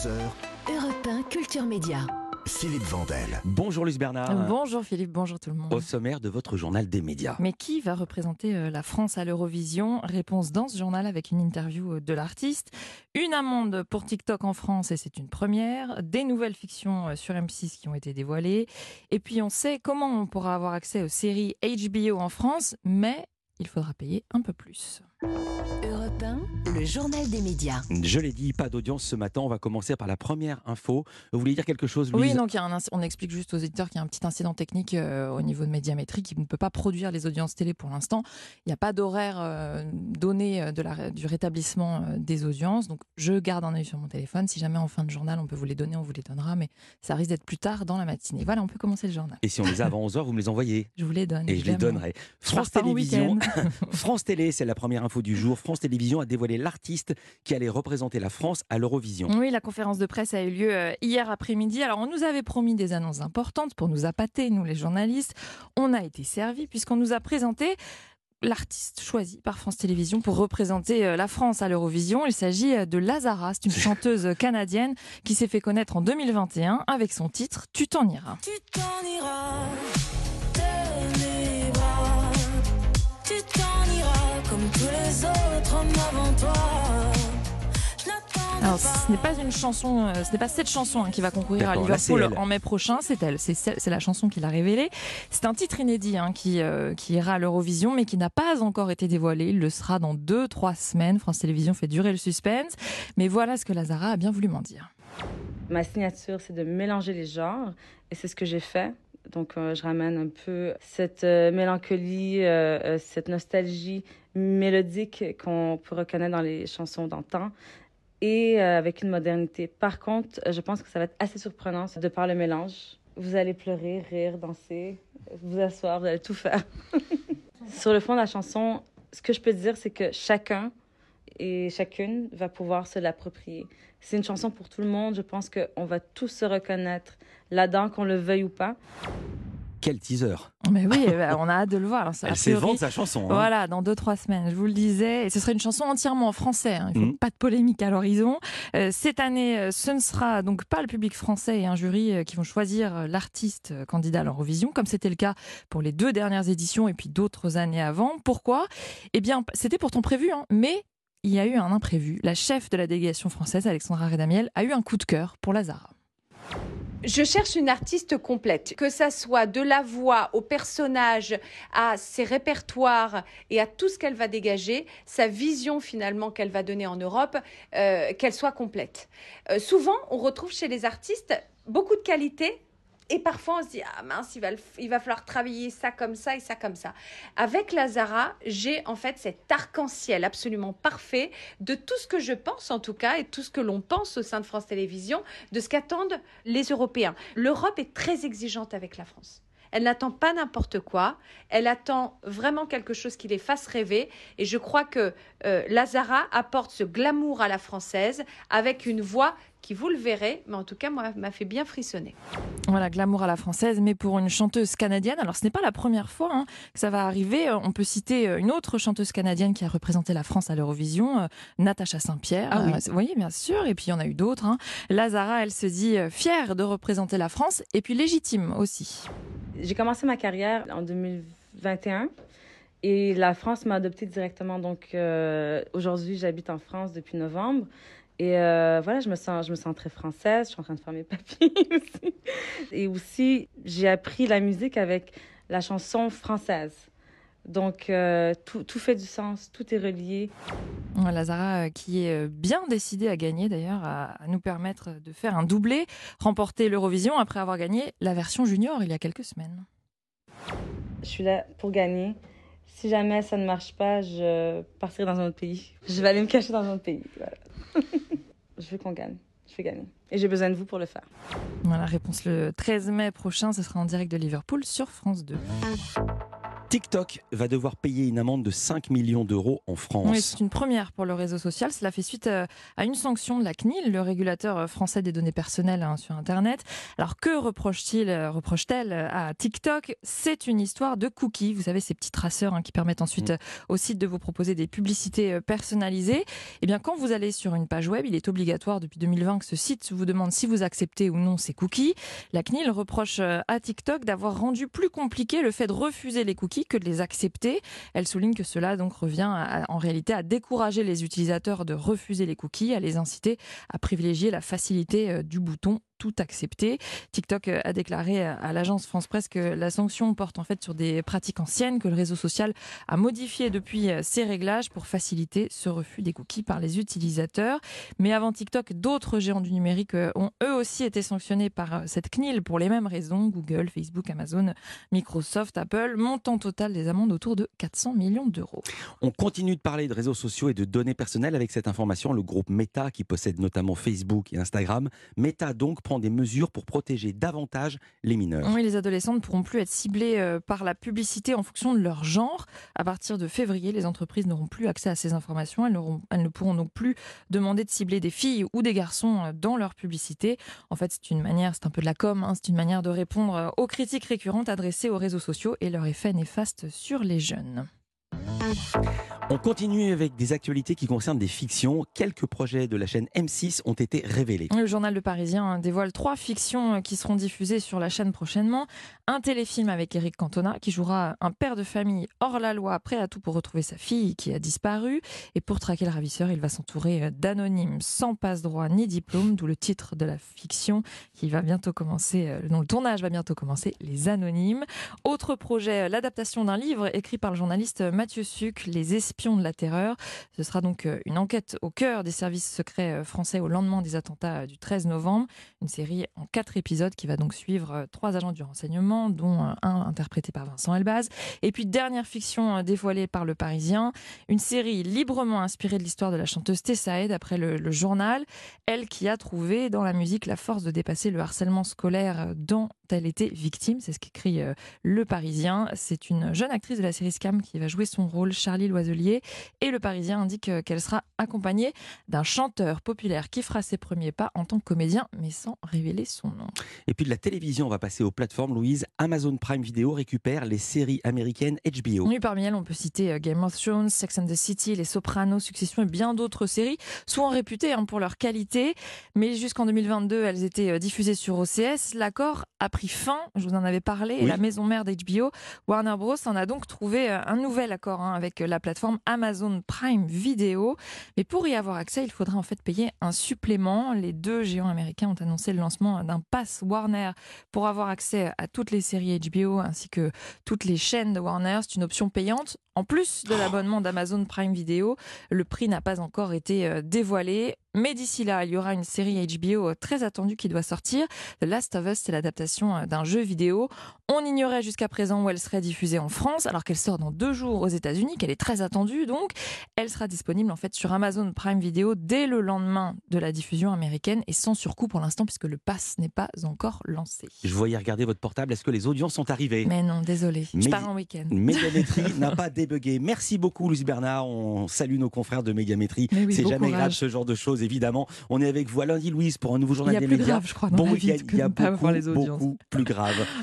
11h, Europe 1 Culture Média. Philippe Vandel. Bonjour Luce Bernard. Bonjour Philippe, bonjour tout le monde. Au sommaire de votre journal des médias. Mais qui va représenter la France à l'Eurovision? Réponse dans ce journal avec une interview de l'artiste. Une amende pour TikTok en France et c'est une première. Des nouvelles fictions sur M6 qui ont été dévoilées. Et puis on sait comment on pourra avoir accès aux séries HBO en France, mais il faudra payer un peu plus. Europe 1, le journal des médias. Je l'ai dit, pas d'audience ce matin. On va commencer par la première info. Vous voulez dire quelque chose, Louise? Oui, donc on explique juste aux éditeurs qu'il y a un petit incident technique au niveau de Médiamétrie qui ne peut pas produire les audiences télé pour l'instant. Il n'y a pas d'horaire donné du rétablissement des audiences. Donc je garde un œil sur mon téléphone. Si jamais en fin de journal on peut vous les donner, on vous les donnera. Mais ça risque d'être plus tard dans la matinée. Voilà, on peut commencer le journal. Et si on les a avant 11h, vous me les envoyez? Je vous les donne. Et je les donnerai. France Télévisions. France Télé, c'est la première info du jour. France Télévisions a dévoilé l'artiste qui allait représenter la France à l'Eurovision. Oui, la conférence de presse a eu lieu hier après-midi. Alors, on nous avait promis des annonces importantes pour nous appâter, nous les journalistes. On a été servis puisqu'on nous a présenté l'artiste choisi par France Télévisions pour représenter la France à l'Eurovision. Il s'agit de Lazara, c'est une chanteuse canadienne qui s'est fait connaître en 2021 avec son titre « Tu t'en iras ». Tu t'en iras de mes bras, tu t'en iras comme tous les autres hommes avant toi. Alors, ce n'est pas une chanson, ce n'est pas cette chanson qui va concourir à Liverpool en mai prochain, c'est elle, c'est la chanson qui l'a révélée. C'est un titre inédit qui ira à l'Eurovision, mais qui n'a pas encore été dévoilé. Il le sera dans 2-3 semaines. France Télévisions fait durer le suspense. Mais voilà ce que Lazara a bien voulu m'en dire. Ma signature, c'est de mélanger les genres, et c'est ce que j'ai fait. Donc, je ramène un peu cette mélancolie, cette nostalgie mélodique qu'on peut reconnaître dans les chansons d'antan, et avec une modernité. Par contre, je pense que ça va être assez surprenant de par le mélange. Vous allez pleurer, rire, danser, vous asseoir, vous allez tout faire. Sur le fond de la chanson, ce que je peux dire, c'est que chacun et chacune va pouvoir se l'approprier. C'est une chanson pour tout le monde. Je pense qu'on va tous se reconnaître là-dedans, qu'on le veuille ou pas. Quel teaser! Mais oui, on a hâte de le voir. Elle sait vendre sa chanson. Voilà, dans 2-3 semaines, je vous le disais. Et ce serait une chanson entièrement en français. Il ne faut pas de polémique à l'horizon. Cette année, ce ne sera donc pas le public français et un jury qui vont choisir l'artiste candidat à l'Eurovision, comme c'était le cas pour les 2 dernières éditions et puis d'autres années avant. Pourquoi? Eh bien, c'était pourtant prévu, mais il y a eu un imprévu. La chef de la délégation française, Alexandra Redamiel, a eu un coup de cœur pour Lazara. Je cherche une artiste complète, que ça soit de la voix au personnage, à ses répertoires et à tout ce qu'elle va dégager, sa vision finalement qu'elle va donner en Europe, qu'elle soit complète. Souvent, on retrouve chez les artistes beaucoup de qualités. Et parfois, on se dit, ah mince, il va falloir travailler ça comme ça et ça comme ça. Avec Lazara, j'ai en fait cet arc-en-ciel absolument parfait de tout ce que je pense en tout cas et tout ce que l'on pense au sein de France Télévisions, de ce qu'attendent les Européens. L'Europe est très exigeante avec la France. Elle n'attend pas n'importe quoi, elle attend vraiment quelque chose qui les fasse rêver. Et je crois que Lazara apporte ce glamour à la française avec une voix qui, vous le verrez, mais en tout cas, moi, m'a fait bien frissonner. Voilà, glamour à la française, mais pour une chanteuse canadienne. Alors, ce n'est pas la première fois que ça va arriver. On peut citer une autre chanteuse canadienne qui a représenté la France à l'Eurovision, Natacha Saint-Pierre. Ah oui. Oui, bien sûr. Et puis, il y en a eu d'autres. Lazara, elle se dit fière de représenter la France et puis légitime aussi. J'ai commencé ma carrière en 2021 et la France m'a adoptée directement. Donc, aujourd'hui, j'habite en France depuis novembre. Et voilà, je me sens très française. Je suis en train de faire mes papiers aussi. Et aussi, j'ai appris la musique avec la chanson française. Donc, tout fait du sens, tout est relié. Lazara qui est bien décidée à gagner d'ailleurs, à nous permettre de faire un doublé, remporter l'Eurovision après avoir gagné la version junior il y a quelques semaines. Je suis là pour gagner. Si jamais ça ne marche pas, je partirai dans un autre pays. Je vais aller me cacher dans un autre pays. Voilà. Je veux qu'on gagne. Je vais gagner. Et j'ai besoin de vous pour le faire. Voilà, réponse le 13 mai prochain. Ce sera en direct de Liverpool sur France 2. TikTok va devoir payer une amende de 5 millions d'euros en France. Oui, c'est une première pour le réseau social. Cela fait suite à une sanction de la CNIL, le régulateur français des données personnelles sur Internet. Alors que reproche-t-elle à TikTok? C'est une histoire de cookies. Vous savez, ces petits traceurs qui permettent ensuite au site de vous proposer des publicités personnalisées. Eh bien, quand vous allez sur une page web, il est obligatoire depuis 2020 que ce site vous demande si vous acceptez ou non ces cookies. La CNIL reproche à TikTok d'avoir rendu plus compliqué le fait de refuser les cookies que de les accepter. Elle souligne que cela donc revient en réalité à décourager les utilisateurs de refuser les cookies, à les inciter à privilégier la facilité du bouton tout accepté. TikTok a déclaré à l'agence France Presse que la sanction porte en fait sur des pratiques anciennes que le réseau social a modifiées depuis ses réglages pour faciliter ce refus des cookies par les utilisateurs. Mais avant TikTok, d'autres géants du numérique ont eux aussi été sanctionnés par cette CNIL pour les mêmes raisons. Google, Facebook, Amazon, Microsoft, Apple, montant total des amendes autour de 400 millions d'euros. On continue de parler de réseaux sociaux et de données personnelles avec cette information. Le groupe Meta, qui possède notamment Facebook et Instagram, Meta donc prend des mesures pour protéger davantage les mineurs. Oui, les adolescents ne pourront plus être ciblés par la publicité en fonction de leur genre. À partir de février, les entreprises n'auront plus accès à ces informations. Elles ne pourront donc plus demander de cibler des filles ou des garçons dans leur publicité. En fait, c'est un peu de la com, c'est une manière de répondre aux critiques récurrentes adressées aux réseaux sociaux et leur effet néfaste sur les jeunes. On continue avec des actualités qui concernent des fictions. Quelques projets de la chaîne M6 ont été révélés. Le journal Le Parisien dévoile 3 fictions qui seront diffusées sur la chaîne prochainement. Un téléfilm avec Éric Cantona qui jouera un père de famille hors la loi, prêt à tout pour retrouver sa fille qui a disparu. Et pour traquer le ravisseur, il va s'entourer d'anonymes sans passe-droit ni diplôme, d'où le titre de la fiction qui va bientôt commencer, dont le tournage va bientôt commencer, Les Anonymes. Autre projet, l'adaptation d'un livre écrit par le journaliste Mathieu Sucre, Les Espions de la terreur. Ce sera donc une enquête au cœur des services secrets français au lendemain des attentats du 13 novembre. Une série en 4 épisodes qui va donc suivre 3 agents du renseignement, dont un interprété par Vincent Elbaz. Et puis dernière fiction dévoilée par Le Parisien, une série librement inspirée de l'histoire de la chanteuse Tessae d'après le journal. Elle qui a trouvé dans la musique la force de dépasser le harcèlement scolaire dont elle était victime. C'est ce qu'écrit Le Parisien. C'est une jeune actrice de la série Scam qui va jouer son rôle, Charlie Loiselier. Et Le Parisien indique qu'elle sera accompagnée d'un chanteur populaire qui fera ses premiers pas en tant que comédien, mais sans révéler son nom. Et puis de la télévision, on va passer aux plateformes. Louise, Amazon Prime Video récupère les séries américaines HBO. Oui, parmi elles, on peut citer Game of Thrones, Sex and the City, Les Sopranos, Succession et bien d'autres séries, souvent réputées pour leur qualité. Mais jusqu'en 2022, elles étaient diffusées sur OCS. L'accord a pris fin, je vous en avais parlé, et la maison mère d'HBO, Warner Bros, en a donc trouvé un nouvel accord avec la plateforme Amazon Prime Video. Mais pour y avoir accès, il faudra en fait payer un supplément. Les 2 géants américains ont annoncé le lancement d'un pass Warner pour avoir accès à toutes les séries HBO ainsi que toutes les chaînes de Warner. C'est une option payante. En plus de l'abonnement d'Amazon Prime Video, le prix n'a pas encore été dévoilé. Mais d'ici là, il y aura une série HBO très attendue qui doit sortir. The Last of Us, c'est l'adaptation d'un jeu vidéo. On ignorait jusqu'à présent où elle serait diffusée en France, alors qu'elle sort dans 2 jours aux États-Unis, qu'elle est très attendue. Donc, elle sera disponible en fait sur Amazon Prime Video dès le lendemain de la diffusion américaine et sans surcoût pour l'instant puisque le pass n'est pas encore lancé. Je voyais regarder votre portable. Est-ce que les audiences sont arrivées? Mais non, désolé. Je pars en week-end. Médiamétrie n'a pas débugué. Merci beaucoup, Louise Bernard. On salue nos confrères de Médiamétrie. Oui, c'est jamais courage. grave ce genre de choses, évidemment. On est avec vous à lundi, Louise, pour un nouveau journal des médias. Il y a plus grave, je crois, dans bon la vie, week-end. Il y a pas avoir les audiences. beaucoup plus grave.